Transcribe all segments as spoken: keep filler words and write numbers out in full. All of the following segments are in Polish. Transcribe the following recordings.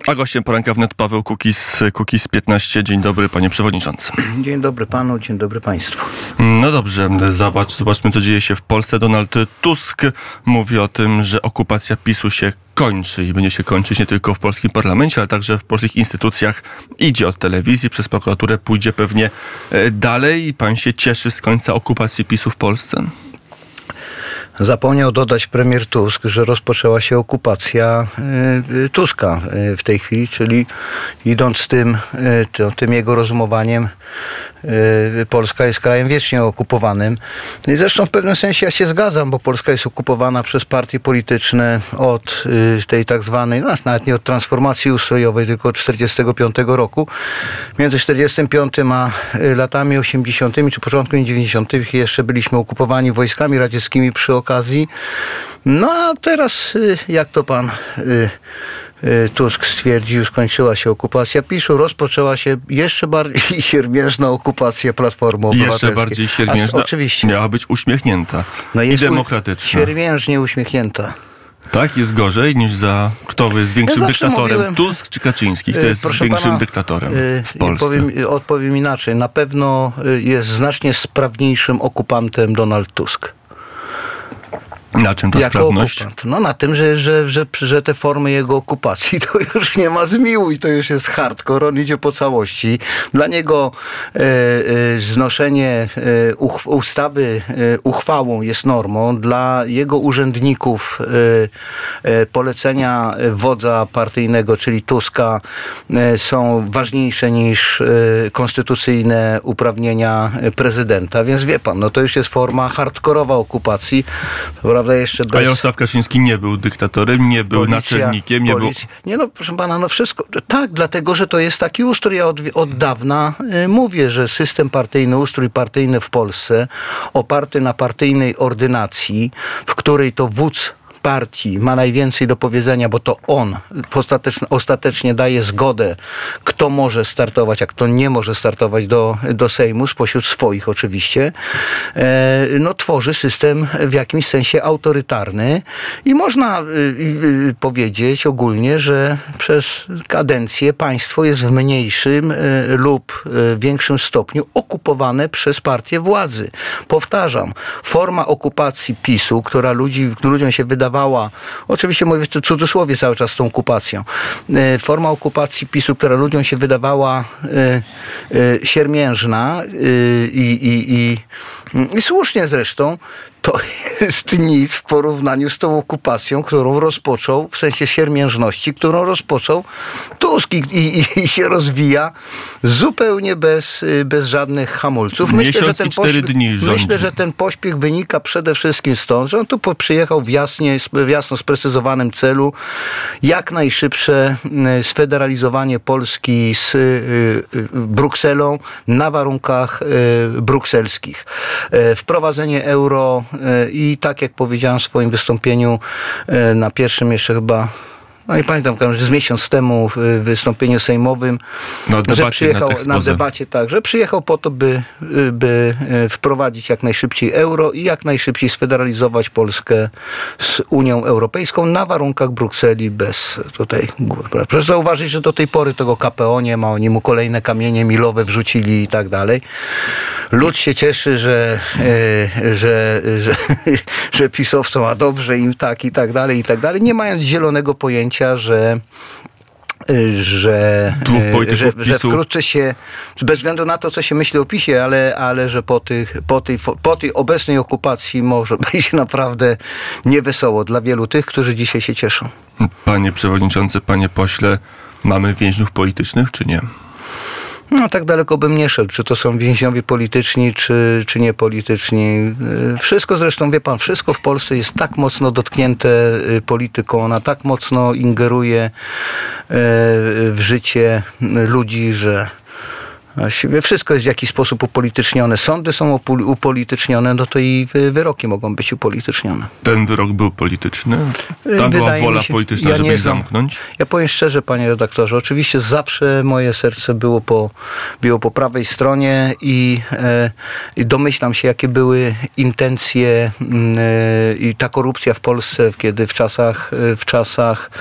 A gościem poranka wnet Paweł Kukiz, Kukiz piętnaście. Dzień dobry, panie przewodniczący. Dzień dobry panu, dzień dobry państwu. No dobrze, zobacz, zobaczmy, co dzieje się w Polsce. Donald Tusk mówi o tym, że okupacja PiSu się kończy i będzie się kończyć nie tylko w polskim parlamencie, ale także w polskich instytucjach. Idzie od telewizji, przez prokuraturę, pójdzie pewnie dalej i pan się cieszy z końca okupacji PiSu w Polsce? Zapomniał dodać premier Tusk, że rozpoczęła się okupacja y, Tuska y, w tej chwili, czyli idąc tym, y, to, tym jego rozumowaniem, y, Polska jest krajem wiecznie okupowanym. I zresztą w pewnym sensie ja się zgadzam, bo Polska jest okupowana przez partie polityczne od y, tej tak zwanej, no, nawet nie od transformacji ustrojowej, tylko od czterdziestego piątego roku. Między czterdziestym piątym a latami osiemdziesiątymi czy początkiem dziewięćdziesiątymi jeszcze byliśmy okupowani wojskami radzieckimi przy okazji. No a teraz, jak to pan Tusk stwierdził, skończyła się okupacja PiSu, rozpoczęła się jeszcze bardziej siermiężna okupacja Platformy Obywatelskiej. Jeszcze bardziej siermiężna? A, oczywiście. Miała być uśmiechnięta no i demokratyczna. Siermiężnie uśmiechnięta. Tak? Jest gorzej niż za... Kto jest większym ja dyktatorem? Mówiłem, Tusk czy Kaczyński? Kto jest proszę większym pana, dyktatorem w Polsce? Powiem, odpowiem inaczej. Na pewno jest znacznie sprawniejszym okupantem Donald Tusk. Na czym ta jako sprawność? Okupant. No na tym, że, że, że, że te formy jego okupacji to już nie ma zmiłuj, to już jest hardcore, on idzie po całości. Dla niego e, e, znoszenie e, uch, ustawy e, uchwałą jest normą. Dla jego urzędników e, e, polecenia wodza partyjnego, czyli Tuska, e, są ważniejsze niż e, konstytucyjne uprawnienia prezydenta. Więc wie pan, no to już jest forma hardkorowa okupacji. Prawda, jeszcze bez... A Jarosław Kaczyński nie był dyktatorem, nie był Policja, naczelnikiem, nie policja. był... Nie no, proszę pana, no wszystko... Tak, dlatego, że to jest taki ustrój. Ja od, od dawna y, mówię, że system partyjny, ustrój partyjny w Polsce, oparty na partyjnej ordynacji, w której to wódz partii ma najwięcej do powiedzenia, bo to on ostatecznie, ostatecznie daje zgodę, kto może startować, a kto nie może startować do, do Sejmu, spośród swoich oczywiście, e, no tworzy system w jakimś sensie autorytarny i można y, y, powiedzieć ogólnie, że przez kadencję państwo jest w mniejszym y, lub y, większym stopniu okupowane przez partię władzy. Powtarzam, forma okupacji PiSu, która ludzi, ludziom się wydawała oczywiście mówię w cudzysłowie cały czas z tą okupacją. Forma okupacji PiSu, która ludziom się wydawała y, y, siermiężna y, i, i, i, i słusznie zresztą, to jest nic w porównaniu z tą okupacją, którą rozpoczął, w sensie siermiężności, którą rozpoczął Tusk i, i, i się rozwija zupełnie bez, bez żadnych hamulców. Myślę, że ten pośpiech, dni myślę, że ten pośpiech wynika przede wszystkim stąd, że on tu przyjechał w, jasnie, w jasno sprecyzowanym celu jak najszybsze sfederalizowanie Polski z Brukselą na warunkach brukselskich. Wprowadzenie euro i tak jak powiedziałem w swoim wystąpieniu na pierwszym jeszcze chyba, no nie pamiętam, z miesiąc temu w wystąpieniu sejmowym, no, że przyjechał na debacie, tak, że przyjechał po to, by, by wprowadzić jak najszybciej euro i jak najszybciej sfederalizować Polskę z Unią Europejską na warunkach Brukseli bez tutaj... Proszę zauważyć, że do tej pory tego K P O nie ma, oni mu kolejne kamienie milowe wrzucili i tak dalej. Lud się cieszy, że, że, że, że pisowcom, a dobrze im tak i tak dalej i tak dalej, nie mając zielonego pojęcia, że że, że, że wkrótce się, bez względu na to, co się myśli o PiSie, ale, ale że po, tych, po, tej, po tej obecnej okupacji może być naprawdę niewesoło dla wielu tych, którzy dzisiaj się cieszą. Panie przewodniczący, panie pośle, mamy więźniów politycznych, czy nie? No tak daleko bym nie szedł, czy to są więźniowie polityczni, czy, czy niepolityczni. Wszystko zresztą, wie pan, wszystko w Polsce jest tak mocno dotknięte polityką, ona tak mocno ingeruje w życie ludzi, że Właściwie wszystko jest w jakiś sposób upolitycznione. Sądy są upo- upolitycznione, no to i wy- wyroki mogą być upolitycznione. Ten wyrok był polityczny? Tam była Wydaje wola mi się- polityczna, ja żeby nie ich znam. zamknąć? Ja powiem szczerze, panie redaktorze, oczywiście zawsze moje serce było po, było po prawej stronie i, e, i domyślam się, jakie były intencje mm, e, i ta korupcja w Polsce, kiedy w czasach, e, w czasach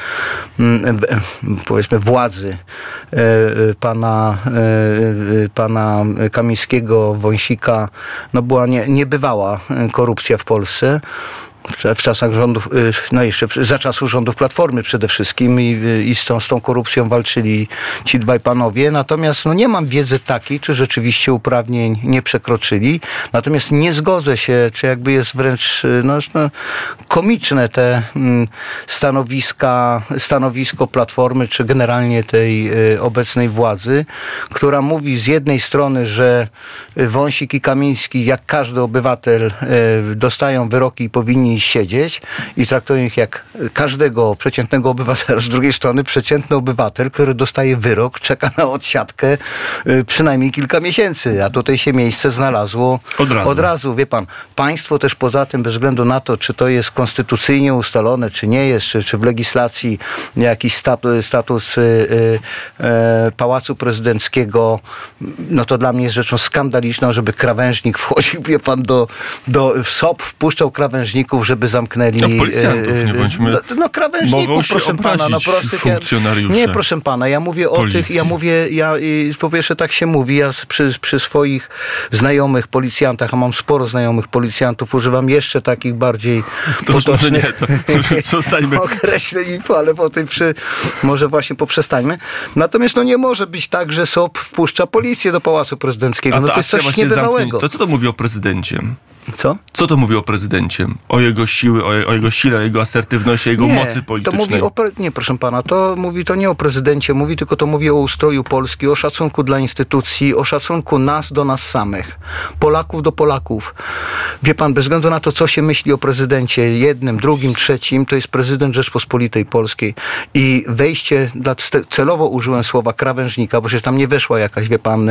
mm, e, powiedzmy władzy e, e, pana, e, e, pana Kamińskiego, Wąsika, no była nie, niebywała korupcja w Polsce. W, w czasach rządów, no jeszcze w, za czasów rządów Platformy przede wszystkim i, i z, tą, z tą korupcją walczyli ci dwaj panowie. Natomiast no, nie mam wiedzy takiej, czy rzeczywiście uprawnień nie przekroczyli. Natomiast nie zgodzę się, czy jakby jest wręcz no, no, komiczne te mm, stanowiska, stanowisko Platformy, czy generalnie tej y, obecnej władzy, która mówi z jednej strony, że Wąsik i Kamiński, jak każdy obywatel, y, dostają wyroki i powinni siedzieć i traktują ich jak każdego przeciętnego obywatela. Z drugiej strony przeciętny obywatel, który dostaje wyrok, czeka na odsiadkę y, przynajmniej kilka miesięcy, a tutaj się miejsce znalazło Od razu. Od razu. Wie pan, państwo też poza tym, bez względu na to, czy to jest konstytucyjnie ustalone, czy nie jest, czy, czy w legislacji jakiś status, status y, y, y, Pałacu Prezydenckiego, no to dla mnie jest rzeczą skandaliczną, żeby krawężnik wchodził, wie pan, do, do w S O P, wpuszczał krawężników, żeby zamknęli... No, policjantów, nie bądźmy... No, no krawężników, mogą się proszę pana. No, prostych, funkcjonariusze. Nie, proszę pana, ja mówię policji. o tych, ja mówię, ja i po pierwsze tak się mówi, ja przy, przy swoich znajomych policjantach, a mam sporo znajomych policjantów, używam jeszcze takich bardziej To już może nie, potocznych to przestańmy. określeń, ale potem przy, może właśnie poprzestańmy. Natomiast no nie może być tak, że S O P wpuszcza policję do Pałacu Prezydenckiego. A No ta to jest akcja coś właśnie niebywałego. zamknięcia, to co to mówi o prezydencie? Co? Co to mówi o prezydencie? O jego siły, o, o jego sile, o jego asertywności, o jego nie, mocy politycznej? To mówi o, pre- nie, proszę pana, to mówi to nie o prezydencie, mówi tylko to mówi o ustroju Polski, o szacunku dla instytucji, o szacunku nas do nas samych, Polaków do Polaków. Wie pan, bez względu na to, co się myśli o prezydencie, jednym, drugim, trzecim, to jest prezydent Rzeczpospolitej Polskiej. I wejście, dla celowo użyłem słowa krawężnika, bo przecież tam nie weszła jakaś, wie pan, e,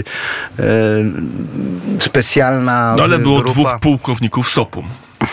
e, specjalna No ale było grupa. dwóch pułkowników S O P-u.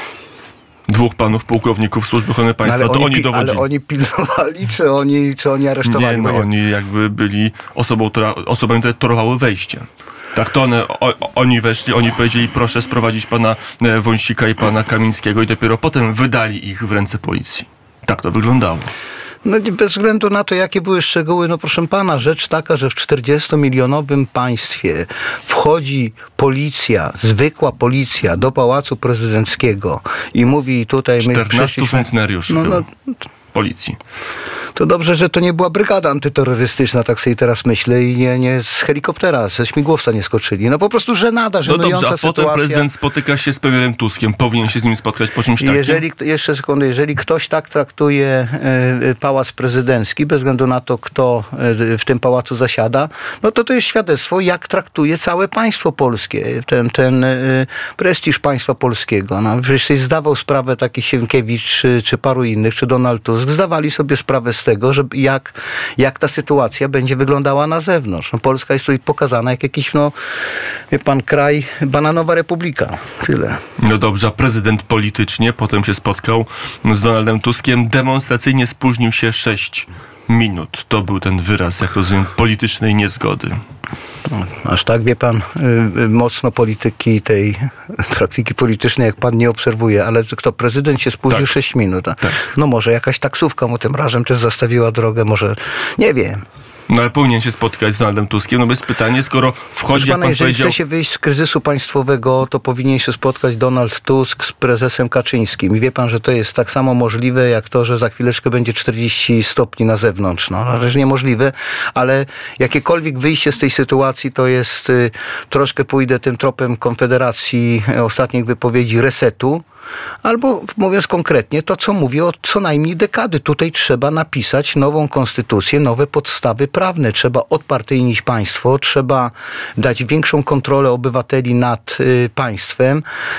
Dwóch panów pułkowników Służby Ochrony Państwa, ale to oni pi- dowodzili. Ale oni pilnowali, czy oni, czy oni aresztowali? Nie, no oni jakby byli osobą, która, osobami, które torowały wejście. Tak, to one, o, oni weszli, oni powiedzieli, proszę sprowadzić pana e, Wąsika i pana Kamińskiego i dopiero potem wydali ich w ręce policji. Tak to wyglądało. No bez względu na to, jakie były szczegóły, no proszę pana, rzecz taka, że w czterdziestomilionowym państwie wchodzi policja, zwykła policja do Pałacu Prezydenckiego i mówi tutaj... czternastu funkcjonariuszy no, było. no, Policji. To dobrze, że to nie była brygada antyterrorystyczna, tak sobie teraz myślę, i nie, nie z helikoptera, ze śmigłowca nie skoczyli. No po prostu żenada, No żenująca dobrze, a sytuacja. potem prezydent spotyka się z premierem Tuskiem. Powinien się z nim spotkać po czymś takim? Jeżeli, jeszcze sekundę, jeżeli ktoś tak traktuje y, Pałac Prezydencki, bez względu na to, kto y, w tym pałacu zasiada, no to to jest świadectwo, jak traktuje całe państwo polskie, ten, ten y, prestiż państwa polskiego. No, przecież sobie zdawał sprawę taki Sienkiewicz, czy, czy paru innych, czy Donald Tusk, zdawali sobie sprawę z tego, że jak, jak ta sytuacja będzie wyglądała na zewnątrz. No, Polska jest tutaj pokazana jak jakiś, no, wie pan, kraj, bananowa republika. Tyle. No dobrze, a prezydent politycznie potem się spotkał z Donaldem Tuskiem. Demonstracyjnie spóźnił się sześć minut. To był ten wyraz, jak rozumiem, politycznej niezgody. No, aż tak, wie pan, y, y, mocno polityki tej praktyki politycznej, jak pan nie obserwuje, ale kto, prezydent się spóźnił Tak. sześć minut. A, Tak. No może jakaś taksówka mu tym razem też zastawiła drogę, może, nie wiem. No ale powinien się spotkać z Donaldem Tuskiem. No bez pytania, skoro wchodzi, Proszę jak pana, pan jeżeli powiedział... chce się wyjść z kryzysu państwowego, to powinien się spotkać Donald Tusk z prezesem Kaczyńskim. I wie pan, że to jest tak samo możliwe, jak to, że za chwileczkę będzie czterdzieści stopni na zewnątrz. No, to jest niemożliwe, ale jakiekolwiek wyjście z tej sytuacji, to jest y, troszkę pójdę tym tropem Konfederacji, y, ostatnich wypowiedzi resetu. albo mówiąc konkretnie, to co mówię od co najmniej dekady. Tutaj trzeba napisać nową konstytucję, nowe podstawy prawne. Trzeba odpartyjnić państwo, trzeba dać większą kontrolę obywateli nad y, państwem,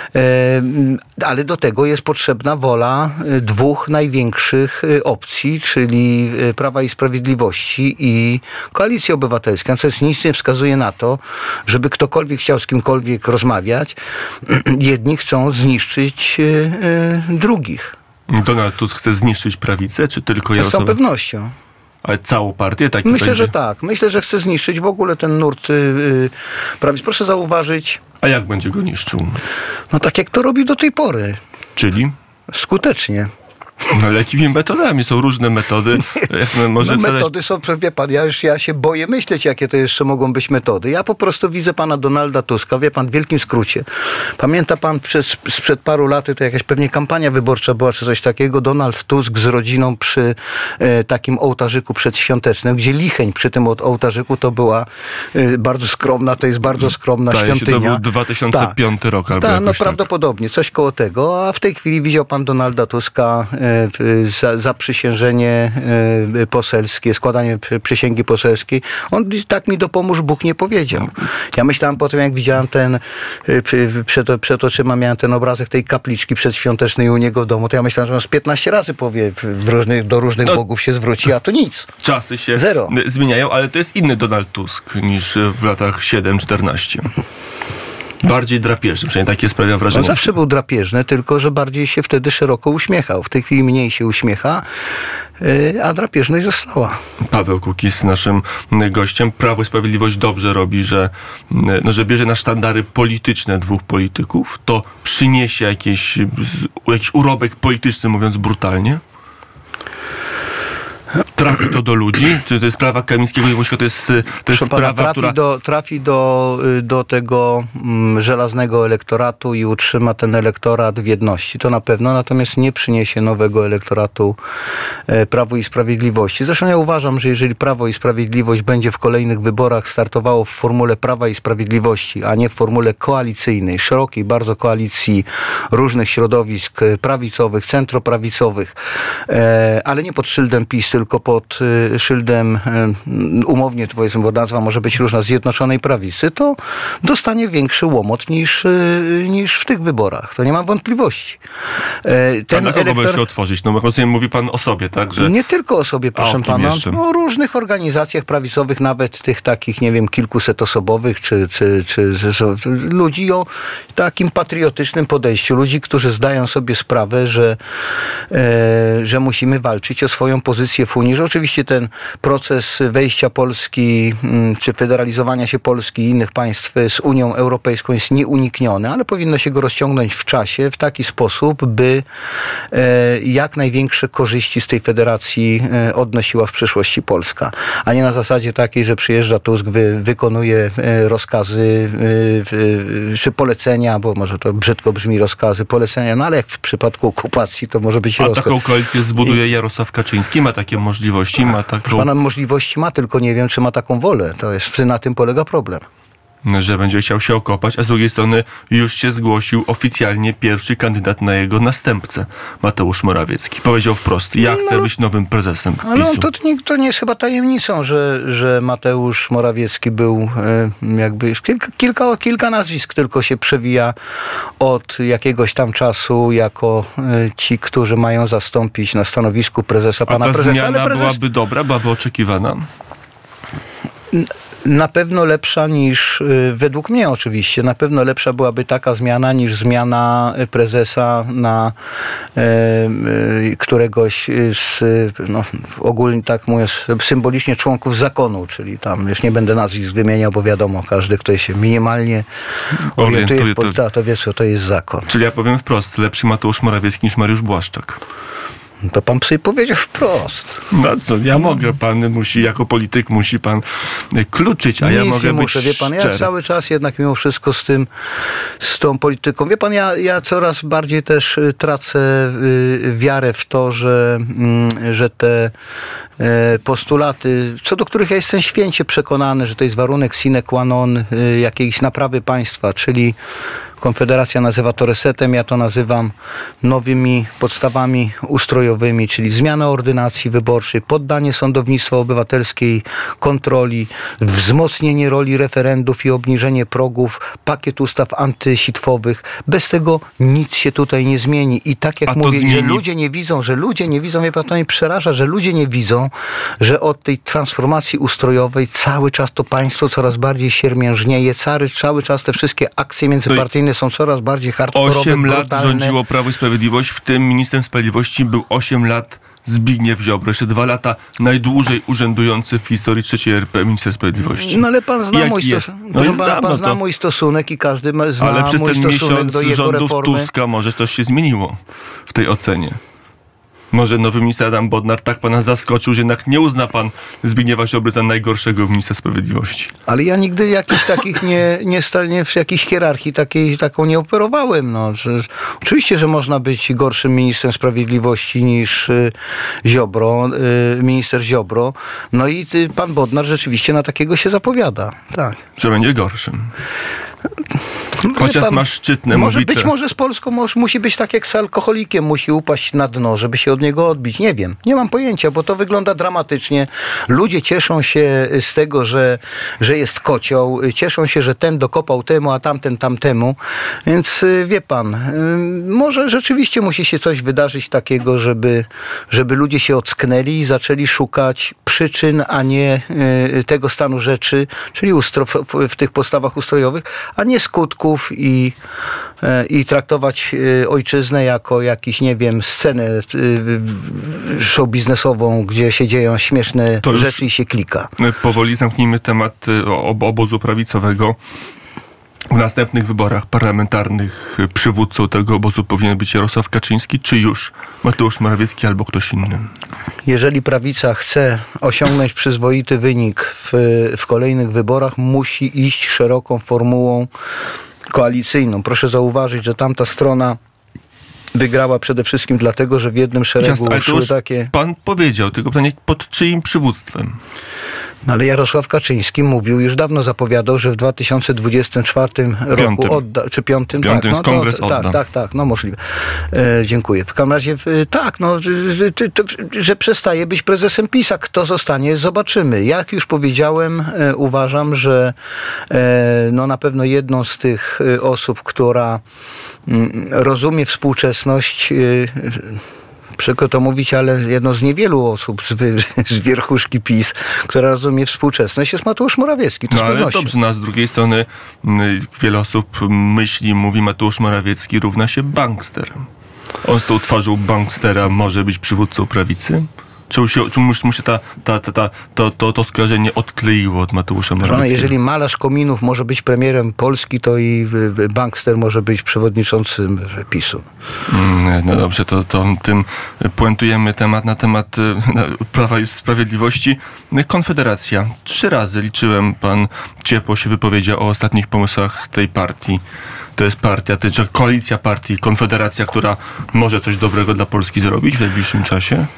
y, ale do tego jest potrzebna wola y, dwóch największych y, opcji, czyli y, Prawa i Sprawiedliwości i Koalicji Obywatelskiej. Natomiast nic nie wskazuje na to, żeby ktokolwiek chciał z kimkolwiek rozmawiać. Jedni chcą zniszczyć y, y, drugich. Donald Tusk chce zniszczyć prawicę, czy tylko Z Jarosław? całą pewnością. Ale całą partię? Tak Myślę, będzie? że tak. Myślę, że chce zniszczyć w ogóle ten nurt yy, prawicy. Proszę zauważyć, A jak będzie go niszczył? no tak jak to robi do tej pory. Czyli? Skutecznie. No ale jakimi metodami? Są różne metody. Jak może No, wsadzać- metody są, wie pan, ja już ja się boję myśleć, jakie to jeszcze mogą być metody. Ja po prostu widzę pana Donalda Tuska, wie pan, w wielkim skrócie. Pamięta pan przez, sprzed paru lat, to jakaś pewnie kampania wyborcza była, czy coś takiego, Donald Tusk z rodziną przy e, takim ołtarzyku przedświątecznym, gdzie Licheń przy tym oł- ołtarzyku to była e, bardzo skromna, to jest bardzo skromna Zdaje się, świątynia. to był dwa tysiące piąty rok albo Tak, no jakoś tak. prawdopodobnie, coś koło tego, a w tej chwili widział pan Donalda Tuska e, w- za, zaprzysiężenie e, poselskie, składanie przy- przysięgi poselskiej. On tak mi dopomóż Bóg nie powiedział. Ja myślałem po tym, jak widziałem ten, e, przy- przed, przed oczyma miałem ten obrazek tej kapliczki przedświątecznej u niego w domu, to ja myślałem, że on z piętnaście razy powie, w- w różnych, do różnych No. bogów się zwróci, a to nic. Czasy się Zero. zmieniają, ale to jest inny Donald Tusk niż w latach siedem czternaście. Bardziej drapieżny, przynajmniej takie sprawia On wrażenie. zawsze był drapieżny, tylko że bardziej się wtedy szeroko uśmiechał. W tej chwili mniej się uśmiecha, e, a drapieżność została. Paweł Kukiz, naszym gościem. Prawo i Sprawiedliwość dobrze robi, że, no, że bierze na sztandary polityczne dwóch polityków. To przyniesie jakieś, jakiś urobek polityczny, mówiąc brutalnie. Trafi to do ludzi? Czy to jest sprawa Kamińskiego i Łośko? To jest, to jest Proszę pana, sprawa, trafi, która... do, trafi do, y, do tego mm, żelaznego elektoratu i utrzyma ten elektorat w jedności. To na pewno, natomiast nie przyniesie nowego elektoratu e, Prawu i Sprawiedliwości. Zresztą ja uważam, że jeżeli Prawo i Sprawiedliwość będzie w kolejnych wyborach startowało w formule Prawa i Sprawiedliwości, a nie w formule koalicyjnej, szerokiej bardzo koalicji różnych środowisk e, prawicowych, centroprawicowych, e, ale nie pod szyldem PiS, tylko pod y, szyldem, y, umownie to powiedzmy, bo nazwa może być różna, Zjednoczonej Prawicy, to dostanie większy łomot niż, y, niż w tych wyborach. To nie mam wątpliwości. E, Ten na kogo elektor... się otworzyć? No rozumiem, mówi pan o sobie, tak? Że... Nie tylko o sobie, proszę o pana. jeszcze? O różnych organizacjach prawicowych, nawet tych takich, nie wiem, kilkusetosobowych, czy, czy, czy, czy, czy ludzi o takim patriotycznym podejściu. Ludzi, którzy zdają sobie sprawę, że, e, że musimy walczyć o swoją pozycję w Unii, że oczywiście ten proces wejścia Polski, czy federalizowania się Polski i innych państw z Unią Europejską jest nieunikniony, ale powinno się go rozciągnąć w czasie w taki sposób, by jak największe korzyści z tej federacji odnosiła w przyszłości Polska, a nie na zasadzie takiej, że przyjeżdża Tusk, wy, wykonuje rozkazy czy polecenia, bo może to brzydko brzmi rozkazy, polecenia, no ale jak w przypadku okupacji to może być A rozkaz. taką koalicję zbuduje Jarosław Kaczyński? Ma takie możliwości? Ma taką... Pana możliwości ma, tylko nie wiem, czy ma taką wolę. To jest, na tym polega problem. Że będzie chciał się okopać, a z drugiej strony już się zgłosił oficjalnie pierwszy kandydat na jego następcę, Mateusz Morawiecki. Powiedział wprost, ja chcę No, być nowym prezesem PiSu. Ale on, to, nie, to nie jest chyba tajemnicą, że, że Mateusz Morawiecki był e, jakby kilka, kilka, kilka nazwisk tylko się przewija od jakiegoś tam czasu jako e, ci, którzy mają zastąpić na stanowisku prezesa a pana ta prezesa. zmiana Ale prezes... byłaby dobra, byłaby oczekiwana? Na pewno lepsza niż, według mnie oczywiście, na pewno lepsza byłaby taka zmiana niż zmiana prezesa na e, e, któregoś z, no, ogólnie tak mówiąc, symbolicznie członków zakonu, czyli tam, już nie będę nazwisk wymieniał, bo wiadomo, każdy, kto się minimalnie orientuje w polityce, to... to wie, co to jest zakon. Czyli ja powiem wprost, lepszy Mateusz Morawiecki niż Mariusz Błaszczak. To pan sobie powiedział wprost. No co, ja mogę, pan musi, jako polityk musi pan kluczyć, a Nic ja mogę nie być muszę, wie pan, szczery. ja cały czas jednak mimo wszystko z tym, z tą polityką, wie pan, ja, ja coraz bardziej też tracę y, wiarę w to, że, y, że te y, postulaty, co do których ja jestem święcie przekonany, że to jest warunek sine qua non y, jakiejś naprawy państwa, czyli Konfederacja nazywa to resetem, ja to nazywam nowymi podstawami ustrojowymi, czyli zmiana ordynacji wyborczej, poddanie sądownictwa obywatelskiej kontroli, wzmocnienie roli referendów i obniżenie progów, pakiet ustaw antysitwowych. Bez tego nic się tutaj nie zmieni. I tak jak mówię, zmieni... że ludzie nie widzą, że ludzie nie widzą, mnie to mnie przeraża, że ludzie nie widzą, że od tej transformacji ustrojowej cały czas to państwo coraz bardziej siermiężnieje, cały, cały czas te wszystkie akcje międzypartyjne są coraz bardziej hardkorowe, osiem lat brutalne. rządziło Prawo i Sprawiedliwość, w tym ministrem sprawiedliwości był osiem lat Zbigniew Ziobro. Jeszcze dwa lata najdłużej urzędujący w historii trzeciej R P minister sprawiedliwości. No ale pan zna, mój, stos- no pan, znam, pan no zna to... mój stosunek i każdy ma, zna ale przez mój ten stosunek miesiąc do jego rządów reformy. Tuska może coś się zmieniło w tej ocenie. Może nowy minister Adam Bodnar tak pana zaskoczył, że jednak nie uzna pan Zbigniewa Ziobry za najgorszego ministra sprawiedliwości. Ale ja nigdy jakichś takich nie, nie, sta- nie w jakiejś hierarchii takiej, taką nie operowałem. No. Że, oczywiście, że można być gorszym ministrem sprawiedliwości niż y, Ziobro, y, minister Ziobro. No i y, pan Bodnar rzeczywiście na takiego się zapowiada. Tak. Że będzie gorszym. Chociaż Pan, ma szczytne, może mówite... Być może z Polską może, musi być tak jak z alkoholikiem, musi upaść na dno, żeby się od niego odbić. Nie wiem, nie mam pojęcia, bo to wygląda dramatycznie. Ludzie cieszą się z tego, że, że jest kocioł, cieszą się, że ten dokopał temu, a tamten tamtemu. Więc wie pan, może rzeczywiście musi się coś wydarzyć takiego, żeby, żeby ludzie się ocknęli i zaczęli szukać przyczyn, a nie tego stanu rzeczy, czyli ustro, w, w tych postawach ustrojowych, a nie skutków i, i traktować ojczyznę jako jakiś, nie wiem, scenę show biznesową, gdzie się dzieją śmieszne to rzeczy i się klika. Powoli zamknijmy temat obozu prawicowego. W następnych wyborach parlamentarnych przywódcą tego obozu powinien być Jarosław Kaczyński, czy już Mateusz Morawiecki albo ktoś inny? Jeżeli prawica chce osiągnąć przyzwoity wynik w, w kolejnych wyborach, musi iść szeroką formułą koalicyjną. Proszę zauważyć, że tamta strona wygrała przede wszystkim dlatego, że w jednym szeregu Jasne, ale to szły już takie... pan powiedział, tylko pytanie, pod czyim przywództwem? Ale Jarosław Kaczyński mówił, już dawno zapowiadał, że w dwa tysiące dwudziestym czwartym roku odda, czy piątym, piątym tak, no, kongres to, odda. tak, tak, tak, no możliwe. E, dziękuję. W każdym razie w, tak, no, że, że, że przestaje być prezesem PiS-a. Kto zostanie, zobaczymy. Jak już powiedziałem, e, uważam, że e, no, na pewno jedną z tych e, osób, która m, rozumie współczesność, e, przykro to mówić, ale jedno z niewielu osób z, wy, z wierchuszki PiS, która rozumie współczesność, jest Mateusz Morawiecki. To no ale pewnością. dobrze, no a z drugiej strony wiele osób myśli, mówi Mateusz Morawiecki równa się bankster. On z tą twarzą bankstera może być przywódcą prawicy? Czy, się, czy mu się ta, ta, ta, ta, to, to, to skojarzenie odkleiło od Mateusza Morawieckiego? Jeżeli malarz kominów może być premierem Polski, to i bankster może być przewodniczącym PiS-u. No dobrze, to, to tym puentujemy temat na temat Prawa i Sprawiedliwości. Konfederacja. Trzy razy liczyłem, pan ciepło się wypowiedział o ostatnich pomysłach tej partii. To jest partia, to jest koalicja partii, Konfederacja, która może coś dobrego dla Polski zrobić w najbliższym czasie?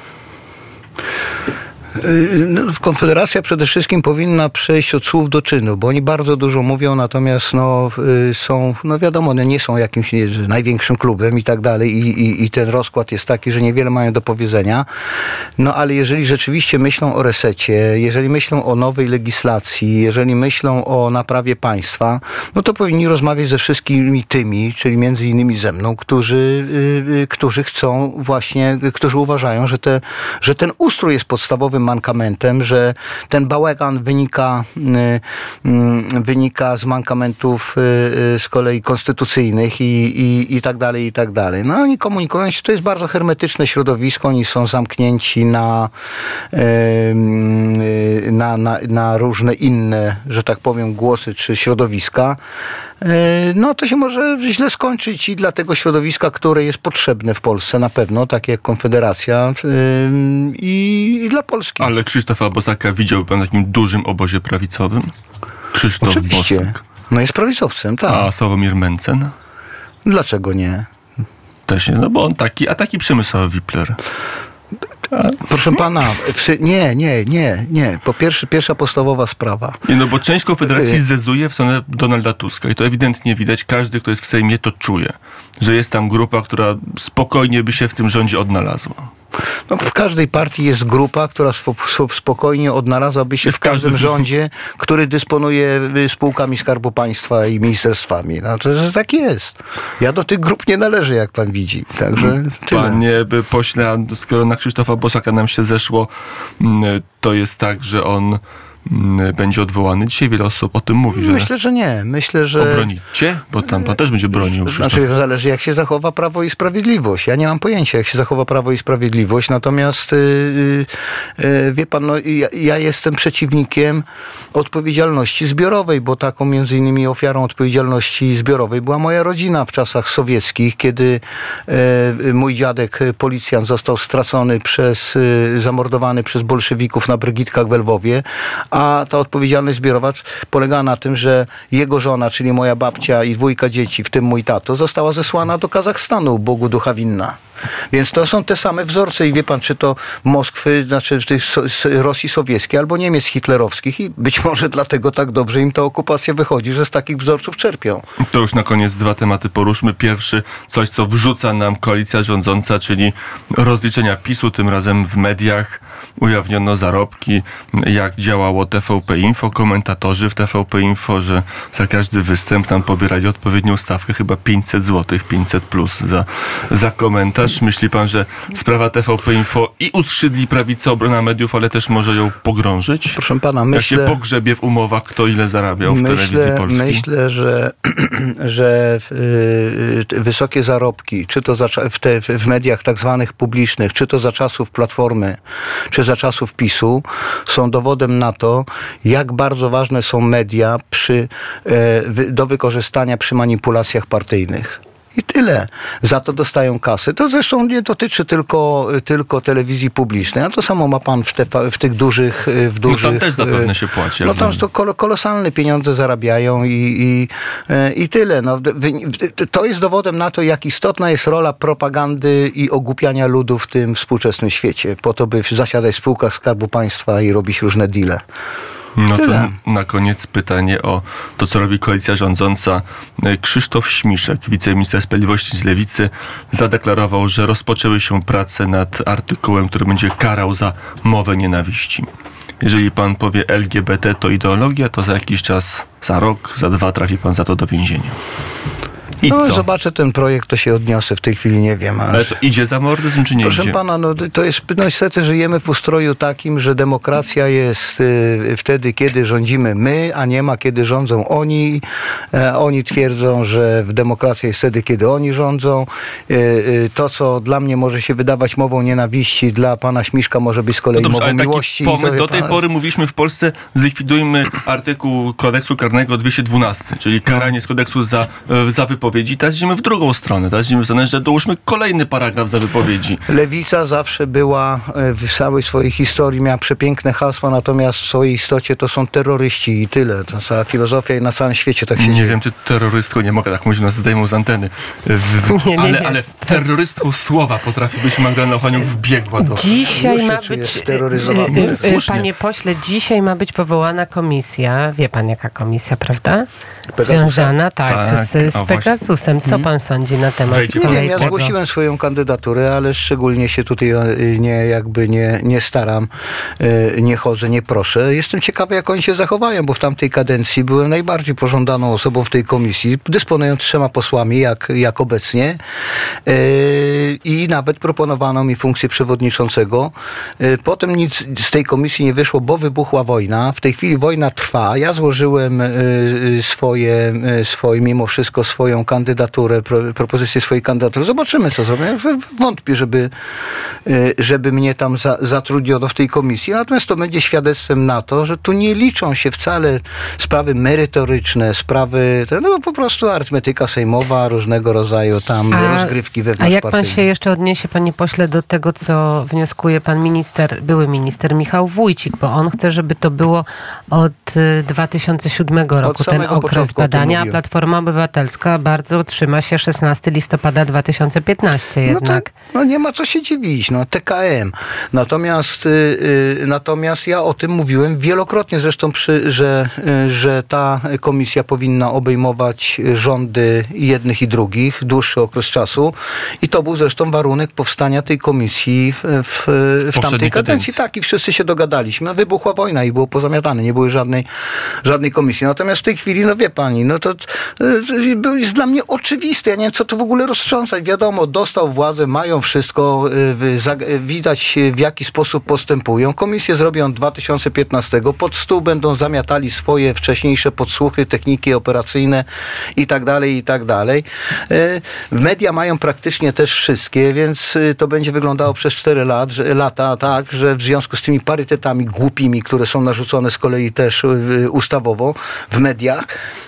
Konfederacja przede wszystkim powinna przejść od słów do czynów, bo oni bardzo dużo mówią, natomiast no, są, no wiadomo, one nie są jakimś nie, największym klubem i tak dalej i, i, i ten rozkład jest taki, że niewiele mają do powiedzenia. No ale jeżeli rzeczywiście myślą o resecie, jeżeli myślą o nowej legislacji, jeżeli myślą o naprawie państwa, no to powinni rozmawiać ze wszystkimi tymi, czyli między innymi ze mną, którzy, yy, którzy chcą właśnie, którzy uważają, że, te, że ten ustrój jest podstawowym mankamentem, że ten bałagan wynika, y, y, wynika z mankamentów y, z kolei konstytucyjnych i, i, i tak dalej, i tak dalej. No oni komunikują się, to jest bardzo hermetyczne środowisko, oni są zamknięci na, y, y, na, na, na różne inne, że tak powiem, głosy czy środowiska. Y, no to się może źle skończyć i dla tego środowiska, które jest potrzebne w Polsce na pewno, takie jak Konfederacja y, i, i dla Polski. Ale Krzysztofa Bosaka widział pan w takim dużym obozie prawicowym? Krzysztof Oczywiście. Bosak. No jest prawicowcem, tak. A Sławomir Mencen? Dlaczego nie? Też nie, no bo on taki, a taki Przemysław Wipler. Proszę pana, w, nie, nie, nie, nie. Po pierwsze, pierwsza podstawowa sprawa. Nie, no bo część Konfederacji zezuje w stronę Donalda Tuska i to ewidentnie widać. Każdy, kto jest w Sejmie, to czuje, że jest tam grupa, która spokojnie by się w tym rządzie odnalazła. No, w każdej partii jest grupa, która sp- spokojnie odnalazłaby się w, w każdym każdym rządzie, który dysponuje spółkami Skarbu Państwa i ministerstwami. No to, to tak jest. Ja do tych grup nie należę, jak pan widzi. Także tyle. Panie pośle, skoro na Krzysztofa Bosaka nam się zeszło, to jest tak, że on będzie odwołany. Dzisiaj wiele osób o tym mówi, że... Myślę, że nie. Myślę, że... Obronicie? Bo tam pan też będzie bronił. Krzysztof. Znaczy, zależy, jak się zachowa Prawo i Sprawiedliwość. Ja nie mam pojęcia, jak się zachowa Prawo i Sprawiedliwość, natomiast yy, yy, wie pan, no, ja, ja jestem przeciwnikiem odpowiedzialności zbiorowej, bo taką między innymi ofiarą odpowiedzialności zbiorowej była moja rodzina w czasach sowieckich, kiedy yy, mój dziadek, policjant, został stracony przez, yy, zamordowany przez bolszewików na Brygitkach w Lwowie, a ta odpowiedzialność zbiorowa polegała na tym, że jego żona, czyli moja babcia i dwójka dzieci, w tym mój tato, została zesłana do Kazachstanu, Bogu ducha winna. Więc to są te same wzorce i wie pan, czy to Moskwy, znaczy tych Rosji sowieckiej albo Niemiec hitlerowskich i być może dlatego tak dobrze im ta okupacja wychodzi, że z takich wzorców czerpią. To już na koniec dwa tematy poruszmy. Pierwszy, coś co wrzuca nam koalicja rządząca, czyli rozliczenia PiSu, tym razem w mediach. Ujawniono zarobki, jak działało T V P Info, komentatorzy w T V P Info, że za każdy występ tam pobierali odpowiednią stawkę, chyba pięćset złotych, pięćset plus za, za komentarz. Myśli pan, że sprawa T V P Info i uskrzydli prawicę, obrona mediów, ale też może ją pogrążyć? Proszę pana, myślę... Jak się pogrzebie w umowach, kto ile zarabiał w myślę, telewizji polskiej? Myślę, że, że yy, wysokie zarobki, czy to za, w, te, w mediach tak zwanych publicznych, czy to za czasów Platformy, czy za czasów PiSu, są dowodem na to, jak bardzo ważne są media przy, yy, do wykorzystania przy manipulacjach partyjnych. I tyle. Za to dostają kasy. To zresztą nie dotyczy tylko, tylko telewizji publicznej. A to samo ma pan w, te, w tych dużych... W dużych no tam też zapewne się płaci. No tam to kol- kolosalne pieniądze zarabiają i, i, i tyle. No, to jest dowodem na to, jak istotna jest rola propagandy i ogłupiania ludu w tym współczesnym świecie. Po to, by zasiadać w spółkach Skarbu Państwa i robić różne deale. No Tyle. to na koniec pytanie o to, co robi koalicja rządząca. Krzysztof Śmiszek, wiceminister sprawiedliwości z Lewicy, zadeklarował, że rozpoczęły się prace nad artykułem, który będzie karał za mowę nienawiści. Jeżeli pan powie L G B T to ideologia, to za jakiś czas, za rok, za dwa trafi pan za to do więzienia. I no, co? Zobaczę ten projekt, to się odniosę. W tej chwili nie wiem. Ale co, idzie za mordyzm, czy nie Proszę idzie? pana, no to jest, no niestety żyjemy w ustroju takim, że demokracja jest y, wtedy, kiedy rządzimy my, a nie ma, kiedy rządzą oni. E, oni twierdzą, że demokracja jest wtedy, kiedy oni rządzą. Y, y, to, co dla mnie może się wydawać mową nienawiści, dla pana Śmiszka może być z kolei no dobrze, mową ale taki miłości. pomysł, to, do tej pan... pory mówiliśmy w Polsce, zlikwidujmy artykuł kodeksu karnego dwieście dwanaście, czyli karanie z kodeksu za, za wypowiedź. Teraz idziemy w drugą stronę. Teraz idziemy w stronę, że dołóżmy kolejny paragraf za wypowiedzi. Lewica zawsze była, w całej swojej historii miała przepiękne hasła, natomiast w swojej istocie to są terroryści i tyle. To cała filozofia i na całym świecie tak się Nie dzieje. wiem, czy terrorystką, nie mogę tak mówić, nas zdejmą z anteny. W, nie, nie ale, jest. ale terrorystką słowa potrafi być Magdalena Ochaniuk wbiegła do... Dzisiaj Już się ma czuję być, steroryzowany. y, y, Słusznie. panie pośle, dzisiaj ma być powołana komisja, wie pan jaka komisja, prawda? Pegasusa? Związana, tak, Tak, z, o z Pegasusem. Co pan sądzi na temat Wejdzie Nie pan wiem, kolei ja tego? zgłosiłem swoją kandydaturę, ale szczególnie się tutaj y, nie, jakby nie, nie staram, y, nie chodzę, nie proszę. Jestem ciekawy, jak oni się zachowają, bo w tamtej kadencji byłem najbardziej pożądaną osobą w tej komisji, dysponując trzema posłami, jak, jak obecnie. Y, I nawet proponowano mi funkcję przewodniczącego. Y, Potem nic z tej komisji nie wyszło, bo wybuchła wojna. W tej chwili wojna trwa. Ja złożyłem y, y, swoje, y, swoje, mimo wszystko swoją kandydaturę, pro, propozycję swojej kandydatury. Zobaczymy, co zrobię. W- Wątpię, żeby, y, żeby mnie tam za, zatrudniono w tej komisji. Natomiast to będzie świadectwem na to, że tu nie liczą się wcale sprawy merytoryczne, sprawy, to, no po prostu arytmetyka sejmowa, różnego rodzaju tam A- rozgrywki A wewnątrz jak pan się jeszcze odniesie, panie pośle, do tego, co wnioskuje pan minister, były minister Michał Wójcik, bo on chce, żeby to było od y, dwa tysiące siódmego roku, ten samego okres początku o tym badania, a mówiłem. Platforma Obywatelska bardzo bardzo trzyma się szesnastego listopada dwa tysiące piętnastego jednak. No, to, no nie ma co się dziwić, no T K M. Natomiast, y, y, natomiast ja o tym mówiłem wielokrotnie zresztą, przy, że, y, że ta komisja powinna obejmować rządy jednych i drugich dłuższy okres czasu i to był zresztą warunek powstania tej komisji w, w, w tamtej kadencji. kadencji. Tak, i wszyscy się dogadaliśmy. No, wybuchła wojna i było pozamiatane, nie było żadnej, żadnej komisji. Natomiast w tej chwili, no wie pani, no to y, jest dla mnie oczywiste. Ja nie wiem, co to w ogóle roztrząsać. Wiadomo, dostał władzę, mają wszystko, y, widać w jaki sposób postępują. Komisję zrobią od dwa tysiące piętnastego. Pod stół będą zamiatali swoje wcześniejsze podsłuchy, techniki operacyjne i tak dalej, i tak dalej. Y, media mają praktycznie też wszystkie, więc y, to będzie wyglądało przez cztery lat, że, lata tak, że w związku z tymi parytetami głupimi, które są narzucone z kolei też y, ustawowo w mediach,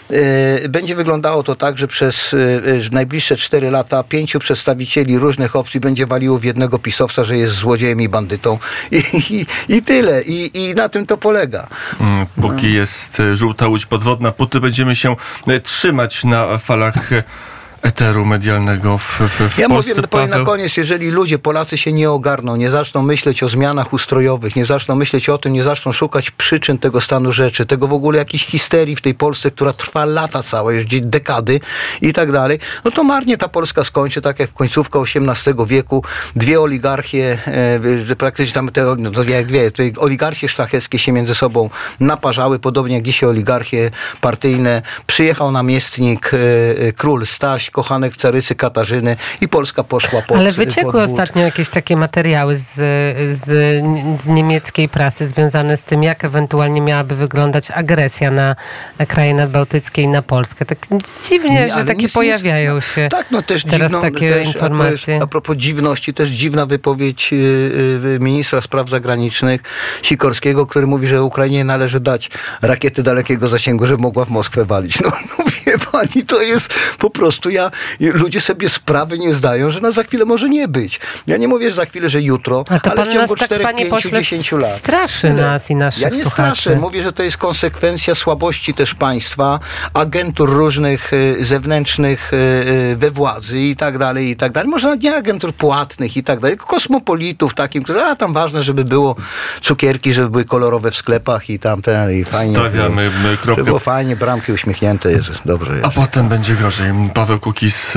y, będzie wyglądało to tak, że przez y, najbliższe cztery lata pięciu przedstawicieli różnych opcji będzie waliło w jednego pisowca, że jest złodziejem i bandytą. I, i, i tyle. I, I na tym to polega. Póki jest żółta łódź podwodna, póty będziemy się trzymać na falach eteru medialnego w, w, w ja Polsce. mówię, powiem na koniec, jeżeli ludzie, Polacy się nie ogarną, nie zaczną myśleć o zmianach ustrojowych, nie zaczną myśleć o tym, nie zaczną szukać przyczyn tego stanu rzeczy, tego w ogóle jakiejś histerii w tej Polsce, która trwa lata całe, już dekady i tak dalej, no to marnie ta Polska skończy, tak jak w końcówkę osiemnastego wieku, dwie oligarchie, e, praktycznie tam te, no, jak dwie, te oligarchie szlacheckie się między sobą naparzały, podobnie jak dzisiaj oligarchie partyjne. Przyjechał namiestnik, e, król Staś, kochanek carycy Katarzyny i Polska poszła pod Ale wyciekły pod ostatnio jakieś takie materiały z, z, z niemieckiej prasy związane z tym, jak ewentualnie miałaby wyglądać agresja na kraje nadbałtyckie i na Polskę. Tak dziwnie, Nie, że ale takie nic pojawiają nie, się tak, no też teraz dziwną, takie też, informacje. A propos, a propos dziwności, też dziwna wypowiedź yy, ministra spraw zagranicznych Sikorskiego, który mówi, że Ukrainie należy dać rakiety dalekiego zasięgu, żeby mogła w Moskwę walić. No, no wie pani, to jest po prostu, ja, ludzie sobie sprawy nie zdają, że nas za chwilę może nie być. Ja nie mówię, że za chwilę, że jutro, A to ale pan w ciągu nas tak, czterech, panie pięciu, pośle, dziesięciu lat. straszy nas i naszych Ja nie słuchaczy. straszę. Mówię, że to jest konsekwencja słabości też państwa, agentur różnych y, zewnętrznych y, y, we władzy i tak dalej, i tak dalej. Może nawet nie agentur płatnych i tak dalej, tylko kosmopolitów takim, którzy, a tam ważne, żeby było cukierki, żeby były kolorowe w sklepach i tamte i fajnie. Stawiamy kropkę. Żeby było fajnie, bramki uśmiechnięte, jest, dobrze jest. A potem będzie gorzej. Paweł Kukiz,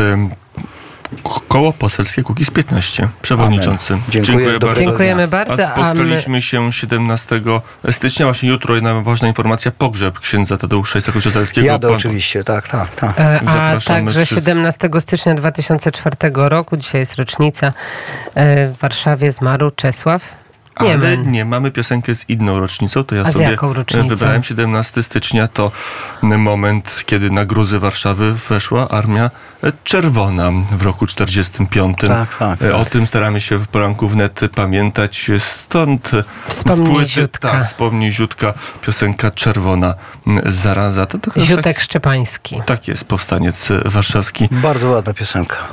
Koło Poselskie Kukiz piętnaście, przewodniczący. Amen. Dziękuję, Dziękuję bardzo. Dziękujemy bardzo. A spotkaliśmy się siedemnastego stycznia, właśnie jutro, jedna ważna informacja, pogrzeb księdza Tadeusza Isakowicza-Zaleskiego. Jadę Pan... oczywiście, tak, tak, tak. E, A Zapraszamy także wszyscy. siedemnastego stycznia dwa tysiące czwartego roku, dzisiaj jest rocznica, e, w Warszawie zmarł Czesław Ale Niemen. nie, mamy piosenkę z inną rocznicą, to ja A z sobie jaką rocznicą? wybrałem siedemnastego stycznia, to moment, kiedy na gruzy Warszawy weszła Armia Czerwona w roku czterdziestym piątym. Tak, tak, tak. O tym staramy się w poranku wnet pamiętać, stąd Wspomnij z płyty, Ziutka. Tak, wspomnij Ziutka, piosenka Czerwona zaraza. To, to, to Ziutek tak, Szczepański. tak jest, powstaniec warszawski. Bardzo ładna piosenka.